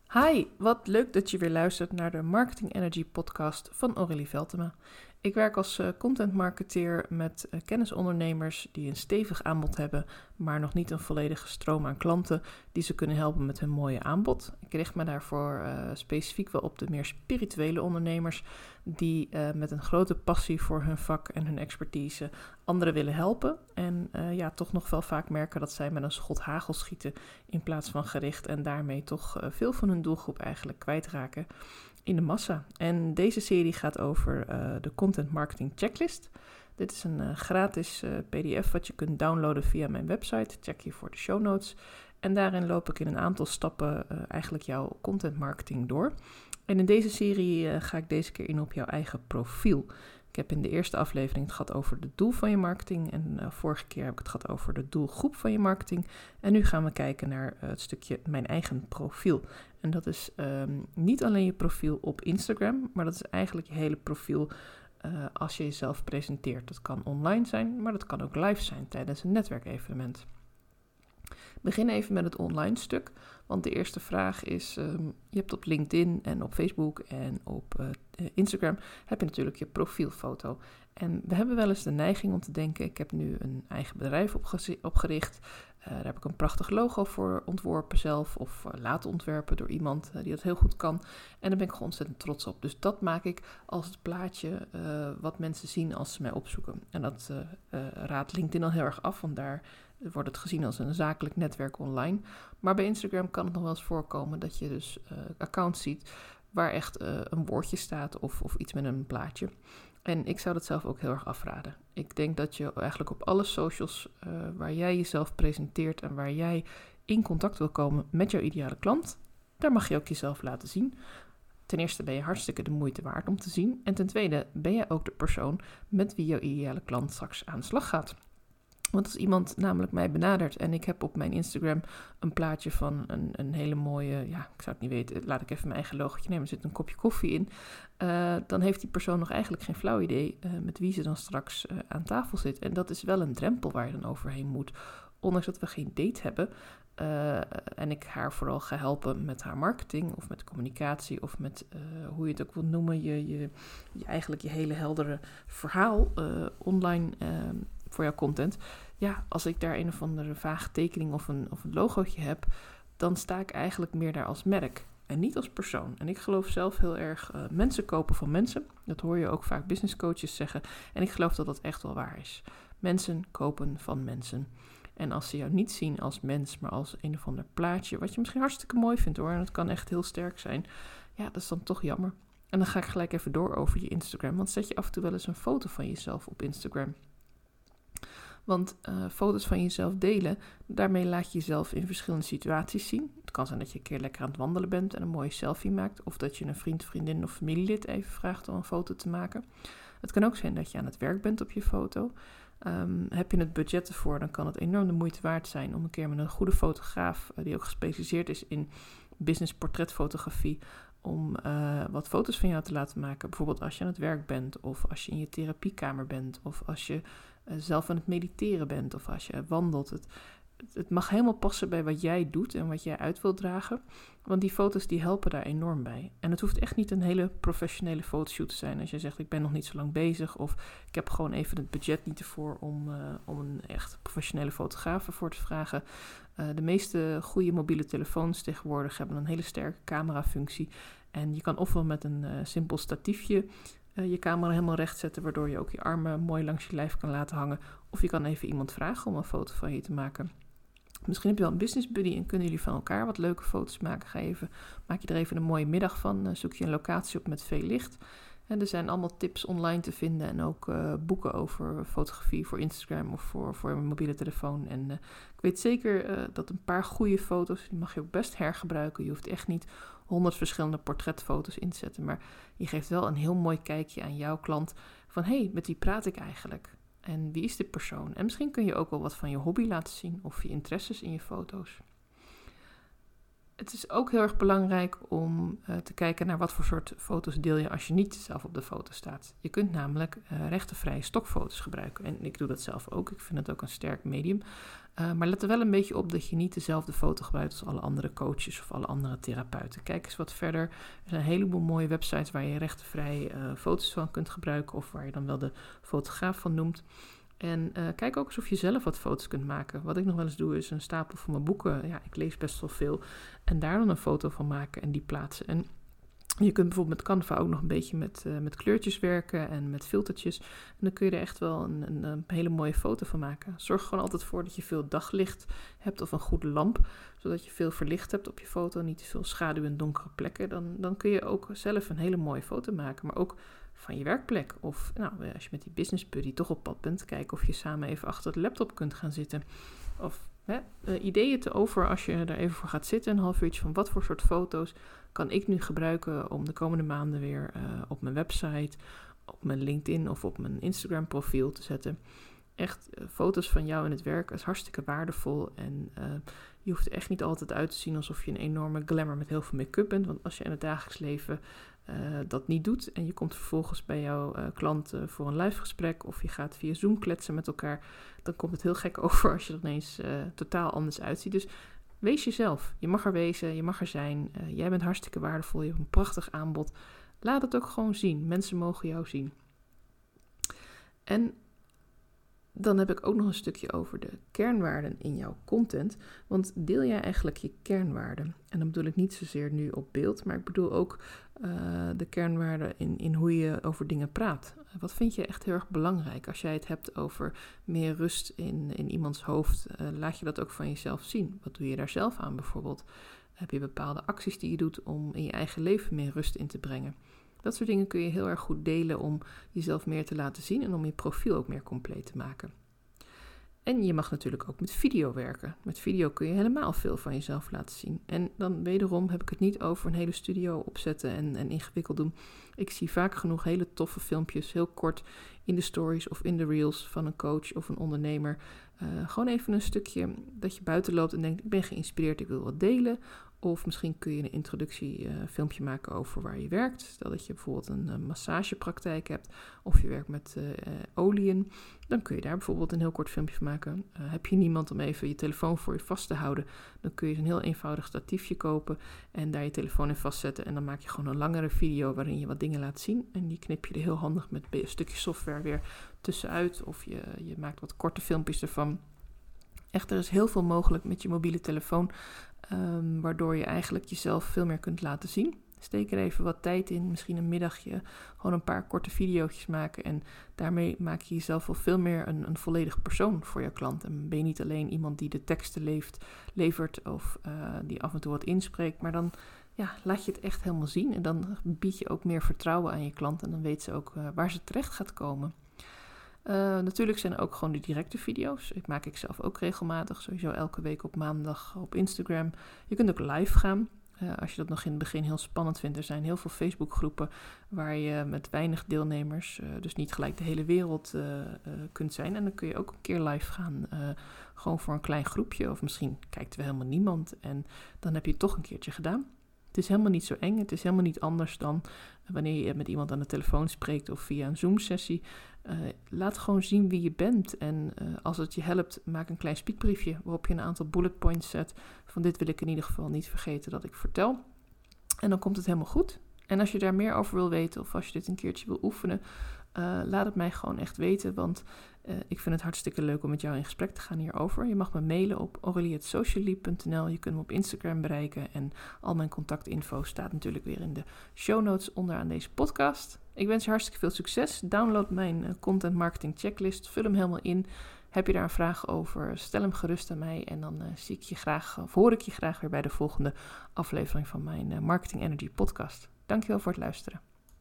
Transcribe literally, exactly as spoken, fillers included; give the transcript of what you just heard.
Hi, wat leuk dat je weer luistert naar de Marketing Energy podcast van Aurélie Veltema. Ik werk als uh, content marketeer met uh, kennisondernemers die een stevig aanbod hebben, maar nog niet een volledige stroom aan klanten die ze kunnen helpen met hun mooie aanbod. Ik richt me daarvoor uh, specifiek wel op de meer spirituele ondernemers die uh, met een grote passie voor hun vak en hun expertise anderen willen helpen. En uh, ja, toch nog wel vaak merken dat zij met een schot hagel schieten in plaats van gericht en daarmee toch uh, veel van hun doelgroep eigenlijk kwijtraken in de massa. En deze serie gaat over uh, de Content Marketing Checklist. Dit is een uh, gratis uh, P D F wat je kunt downloaden via mijn website. Check hiervoor de show notes. En daarin loop ik in een aantal stappen uh, eigenlijk jouw content marketing door. En in deze serie uh, ga ik deze keer in op jouw eigen profiel. Ik heb in de eerste aflevering het gehad over het doel van je marketing. En uh, vorige keer heb ik het gehad over de doelgroep van je marketing. En nu gaan we kijken naar uh, het stukje mijn eigen profiel. En dat is um, niet alleen je profiel op Instagram, maar dat is eigenlijk je hele profiel uh, als je jezelf presenteert. Dat kan online zijn, maar dat kan ook live zijn tijdens een netwerkevenement. Begin even met het online stuk, want de eerste vraag is, um, je hebt op LinkedIn en op Facebook en op uh, Instagram heb je natuurlijk je profielfoto. En we hebben wel eens de neiging om te denken, ik heb nu een eigen bedrijf opge- opgericht, uh, daar heb ik een prachtig logo voor ontworpen zelf of uh, laten ontwerpen door iemand uh, die dat heel goed kan. En daar ben ik gewoon ontzettend trots op. Dus dat maak ik als het plaatje uh, wat mensen zien als ze mij opzoeken. En dat uh, uh, raadt LinkedIn al heel erg af, want daar wordt het gezien als een zakelijk netwerk online. Maar bij Instagram kan het nog wel eens voorkomen dat je dus uh, accounts ziet waar echt uh, een woordje staat of, of iets met een plaatje. En ik zou dat zelf ook heel erg afraden. Ik denk dat je eigenlijk op alle socials uh, waar jij jezelf presenteert en waar jij in contact wil komen met jouw ideale klant, daar mag je ook jezelf laten zien. Ten eerste ben je hartstikke de moeite waard om te zien. En ten tweede ben jij ook de persoon met wie jouw ideale klant straks aan de slag gaat. Want als iemand namelijk mij benadert en ik heb op mijn Instagram een plaatje van een, een hele mooie, ja, ik zou het niet weten, laat ik even mijn eigen logotje nemen, er zit een kopje koffie in, uh, dan heeft die persoon nog eigenlijk geen flauw idee uh, met wie ze dan straks uh, aan tafel zit. En dat is wel een drempel waar je dan overheen moet, ondanks dat we geen date hebben. Uh, en ik haar vooral ga helpen met haar marketing of met communicatie of met uh, hoe je het ook wilt noemen, je, je, je eigenlijk je hele heldere verhaal uh, online uh, voor jouw content. Ja, als ik daar een of andere vage tekening of een, of een logootje heb, dan sta ik eigenlijk meer daar als merk en niet als persoon. En ik geloof zelf heel erg, uh, mensen kopen van mensen. Dat hoor je ook vaak business coaches zeggen. En ik geloof dat dat echt wel waar is. Mensen kopen van mensen. En als ze jou niet zien als mens, maar als een of ander plaatje, wat je misschien hartstikke mooi vindt hoor, en het kan echt heel sterk zijn, ja, dat is dan toch jammer. En dan ga ik gelijk even door over je Instagram, want zet je af en toe wel eens een foto van jezelf op Instagram. Want uh, foto's van jezelf delen, daarmee laat je jezelf in verschillende situaties zien. Het kan zijn dat je een keer lekker aan het wandelen bent en een mooie selfie maakt, of dat je een vriend, vriendin of familielid even vraagt om een foto te maken. Het kan ook zijn dat je aan het werk bent op je foto. Um, heb je het budget ervoor, dan kan het enorm de moeite waard zijn om een keer met een goede fotograaf, uh, die ook gespecialiseerd is in business portretfotografie, om uh, wat foto's van jou te laten maken. Bijvoorbeeld als je aan het werk bent, of als je in je therapiekamer bent, of als je uh, zelf aan het mediteren bent, of als je wandelt. Het, het mag helemaal passen bij wat jij doet en wat jij uit wilt dragen. Want die foto's die helpen daar enorm bij. En het hoeft echt niet een hele professionele fotoshoot te zijn. Als je zegt, ik ben nog niet zo lang bezig, of ik heb gewoon even het budget niet ervoor om, uh, om een echt professionele fotograaf ervoor te vragen. Uh, de meeste goede mobiele telefoons tegenwoordig hebben een hele sterke camerafunctie. En je kan ofwel met een uh, simpel statiefje uh, je camera helemaal recht zetten, waardoor je ook je armen mooi langs je lijf kan laten hangen. Of je kan even iemand vragen om een foto van je te maken. Misschien heb je wel een business buddy en kunnen jullie van elkaar wat leuke foto's maken. Ga even, maak je er even een mooie middag van. Zoek je een locatie op met veel licht. En er zijn allemaal tips online te vinden en ook uh, boeken over fotografie voor Instagram of voor, voor een mobiele telefoon. En uh, ik weet zeker uh, dat een paar goede foto's, die mag je ook best hergebruiken. Je hoeft echt niet honderd verschillende portretfoto's in te zetten, maar je geeft wel een heel mooi kijkje aan jouw klant van hé, hey, met wie praat ik eigenlijk? En wie is dit persoon? En misschien kun je ook wel wat van je hobby laten zien of je interesses in je foto's. Het is ook heel erg belangrijk om uh, te kijken naar wat voor soort foto's deel je als je niet zelf op de foto staat. Je kunt namelijk uh, rechtenvrije stokfoto's gebruiken. En ik doe dat zelf ook. Ik vind het ook een sterk medium. Uh, maar let er wel een beetje op dat je niet dezelfde foto gebruikt als alle andere coaches of alle andere therapeuten. Kijk eens wat verder. Er zijn een heleboel mooie websites waar je rechtenvrij uh, foto's van kunt gebruiken of waar je dan wel de fotograaf van noemt. En uh, kijk ook eens of je zelf wat foto's kunt maken. Wat ik nog wel eens doe is een stapel van mijn boeken. Ja, ik lees best wel veel. En daar dan een foto van maken en die plaatsen. En je kunt bijvoorbeeld met Canva ook nog een beetje met, uh, met kleurtjes werken en met filtertjes. En dan kun je er echt wel een, een, een hele mooie foto van maken. Zorg gewoon altijd voor dat je veel daglicht hebt of een goede lamp. Zodat je veel verlicht hebt op je foto. Niet te veel schaduw en donkere plekken. Dan, dan kun je ook zelf een hele mooie foto maken. Maar ook van je werkplek. Of nou, als je met die business buddy toch op pad bent, kijken of je samen even achter de laptop kunt gaan zitten. Of hè, uh, ideeën te over als je er even voor gaat zitten. Een half uurtje van wat voor soort foto's kan ik nu gebruiken om de komende maanden weer uh, op mijn website, op mijn LinkedIn of op mijn Instagram profiel te zetten. Echt, uh, foto's van jou in het werk is hartstikke waardevol. En uh, je hoeft er echt niet altijd uit te zien alsof je een enorme glamour met heel veel make-up bent. Want als je in het dagelijks leven uh, dat niet doet en je komt vervolgens bij jouw uh, klant uh, voor een live gesprek of je gaat via Zoom kletsen met elkaar, dan komt het heel gek over als je er ineens uh, totaal anders uitziet. Dus wees jezelf. Je mag er wezen, je mag er zijn. Uh, jij bent hartstikke waardevol, je hebt een prachtig aanbod. Laat het ook gewoon zien. Mensen mogen jou zien. En dan heb ik ook nog een stukje over de kernwaarden in jouw content. Want deel jij eigenlijk je kernwaarden? En dan bedoel ik niet zozeer nu op beeld, maar ik bedoel ook uh, de kernwaarden in, in hoe je over dingen praat. Wat vind je echt heel erg belangrijk? Als jij het hebt over meer rust in, in iemands hoofd, uh, laat je dat ook van jezelf zien. Wat doe je daar zelf aan bijvoorbeeld? Heb je bepaalde acties die je doet om in je eigen leven meer rust in te brengen? Dat soort dingen kun je heel erg goed delen om jezelf meer te laten zien en om je profiel ook meer compleet te maken. En je mag natuurlijk ook met video werken. Met video kun je helemaal veel van jezelf laten zien. En dan wederom heb ik het niet over een hele studio opzetten en, en ingewikkeld doen. Ik zie vaak genoeg hele toffe filmpjes, heel kort in de stories of in de reels van een coach of een ondernemer. Uh, gewoon even een stukje dat je buiten loopt en denkt, ik ben geïnspireerd, ik wil wat delen. Of misschien kun je een introductiefilmpje uh, maken over waar je werkt. Stel dat je bijvoorbeeld een uh, massagepraktijk hebt of je werkt met uh, uh, oliën. Dan kun je daar bijvoorbeeld een heel kort filmpje van maken. Uh, heb je niemand om even je telefoon voor je vast te houden, dan kun je een heel eenvoudig statiefje kopen en daar je telefoon in vastzetten. En dan maak je gewoon een langere video waarin je wat dingen laat zien. En die knip je er heel handig met een stukje software weer tussenuit. Of je, je maakt wat korte filmpjes ervan. Echt, er is heel veel mogelijk met je mobiele telefoon, um, waardoor je eigenlijk jezelf veel meer kunt laten zien. Steek er even wat tijd in, misschien een middagje, gewoon een paar korte video's maken. En daarmee maak je jezelf wel veel meer een, een volledig persoon voor je klant. En ben je niet alleen iemand die de teksten leeft, levert of uh, die af en toe wat inspreekt, maar dan ja, laat je het echt helemaal zien. En dan bied je ook meer vertrouwen aan je klant en dan weet ze ook uh, waar ze terecht gaat komen. Uh, natuurlijk zijn er ook gewoon de directe video's. Ik maak ik zelf ook regelmatig, sowieso elke week op maandag op Instagram. Je kunt ook live gaan. Uh, als je dat nog in het begin heel spannend vindt. Er zijn heel veel Facebookgroepen waar je met weinig deelnemers, uh, dus niet gelijk de hele wereld uh, uh, kunt zijn. En dan kun je ook een keer live gaan, uh, gewoon voor een klein groepje. Of misschien kijkt er helemaal niemand en dan heb je het toch een keertje gedaan. Het is helemaal niet zo eng, het is helemaal niet anders dan wanneer je met iemand aan de telefoon spreekt of via een Zoom-sessie. Uh, laat gewoon zien wie je bent en uh, als het je helpt, maak een klein speakbriefje waarop je een aantal bullet points zet. Van dit wil ik in ieder geval niet vergeten dat ik vertel. En dan komt het helemaal goed. En als je daar meer over wil weten of als je dit een keertje wil oefenen, uh, laat het mij gewoon echt weten, want uh, ik vind het hartstikke leuk om met jou in gesprek te gaan hierover. Je mag me mailen op aurelie at socialleap punt n l. Je kunt me op Instagram bereiken en al mijn contactinfo staat natuurlijk weer in de show notes onderaan deze podcast. Ik wens je hartstikke veel succes. Download mijn uh, content marketing checklist, vul hem helemaal in. Heb je daar een vraag over, stel hem gerust aan mij en dan uh, zie ik je graag, of hoor ik je graag weer bij de volgende aflevering van mijn uh, Marketing Energy podcast. Dankjewel voor het luisteren.